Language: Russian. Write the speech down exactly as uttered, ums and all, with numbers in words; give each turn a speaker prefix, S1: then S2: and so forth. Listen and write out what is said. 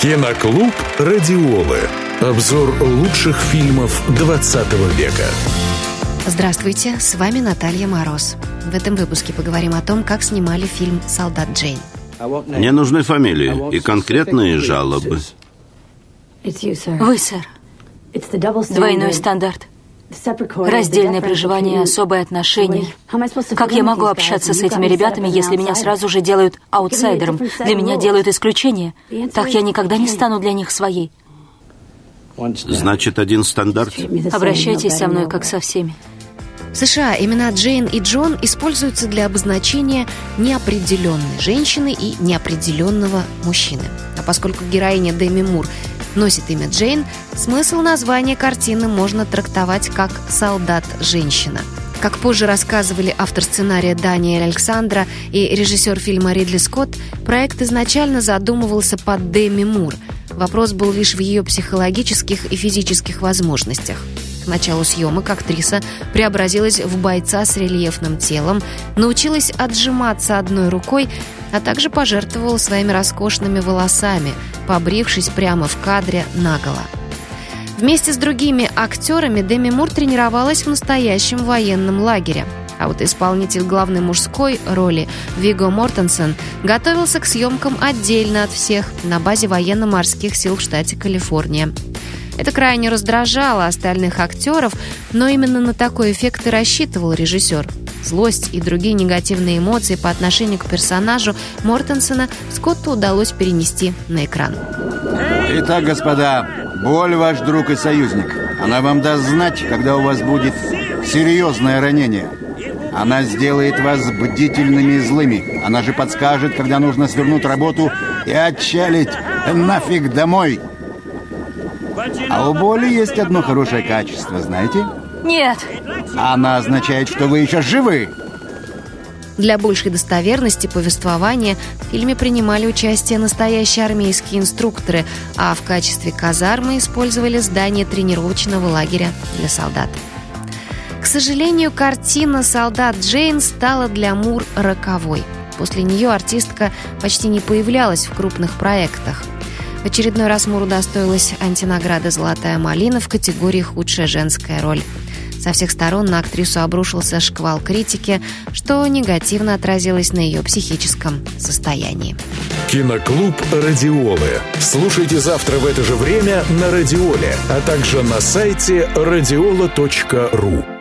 S1: Киноклуб «Радиолы». Обзор лучших фильмов двадцатого века.
S2: Здравствуйте, с вами Наталья Мороз. В этом выпуске поговорим о том, как снимали фильм «Солдат Джейн».
S3: Мне нужны фамилии и конкретные жалобы.
S4: Вы, сэр. Двойной стандарт. Раздельное проживание, особые отношения. Как я могу общаться с этими ребятами, если меня сразу же делают аутсайдером? Для меня делают исключение. Так я никогда не стану для них своей.
S3: Значит, один стандарт?
S4: Обращайтесь со мной, как со всеми.
S2: В США имена Джейн и Джон используются для обозначения неопределенной женщины и неопределенного мужчины. А поскольку героиня Деми Мур носит имя Джейн, смысл названия картины можно трактовать как «солдат-женщина». Как позже рассказывали автор сценария Даниэль Александра и режиссер фильма Ридли Скотт, проект изначально задумывался под Деми Мур. Вопрос был лишь в ее психологических и физических возможностях. К началу съемок актриса преобразилась в бойца с рельефным телом, научилась отжиматься одной рукой, а также пожертвовала своими роскошными волосами, побрившись прямо в кадре наголо. Вместе с другими актерами Деми Мур тренировалась в настоящем военном лагере. А вот исполнитель главной мужской роли Вигго Мортенсен готовился к съемкам отдельно от всех на базе военно-морских сил в штате Калифорния. Это крайне раздражало остальных актеров, но именно на такой эффект и рассчитывал режиссер. Злость и другие негативные эмоции по отношению к персонажу Мортенсена Скотту удалось перенести на экран.
S5: Итак, господа, боль ваш друг и союзник. Она вам даст знать, когда у вас будет серьезное ранение. Она сделает вас бдительными и злыми. Она же подскажет, когда нужно свернуть работу и отчалить нафиг домой. А у боли есть одно хорошее качество, знаете?
S4: Нет.
S5: Она означает, что вы еще живы.
S2: Для большей достоверности повествования в фильме принимали участие настоящие армейские инструкторы, а в качестве казармы использовали здание тренировочного лагеря для солдат. К сожалению, картина «Солдат Джейн» стала для Мур роковой. После нее артистка почти не появлялась в крупных проектах. В очередной раз Мур удостоилась антинаграды «Золотая малина» в категории «Худшая женская роль». Со всех сторон на актрису обрушился шквал критики, что негативно отразилось на ее психическом состоянии.
S1: Киноклуб «Радиолы». Слушайте завтра в это же время на Радиоле, а также на сайте радиола точка ру.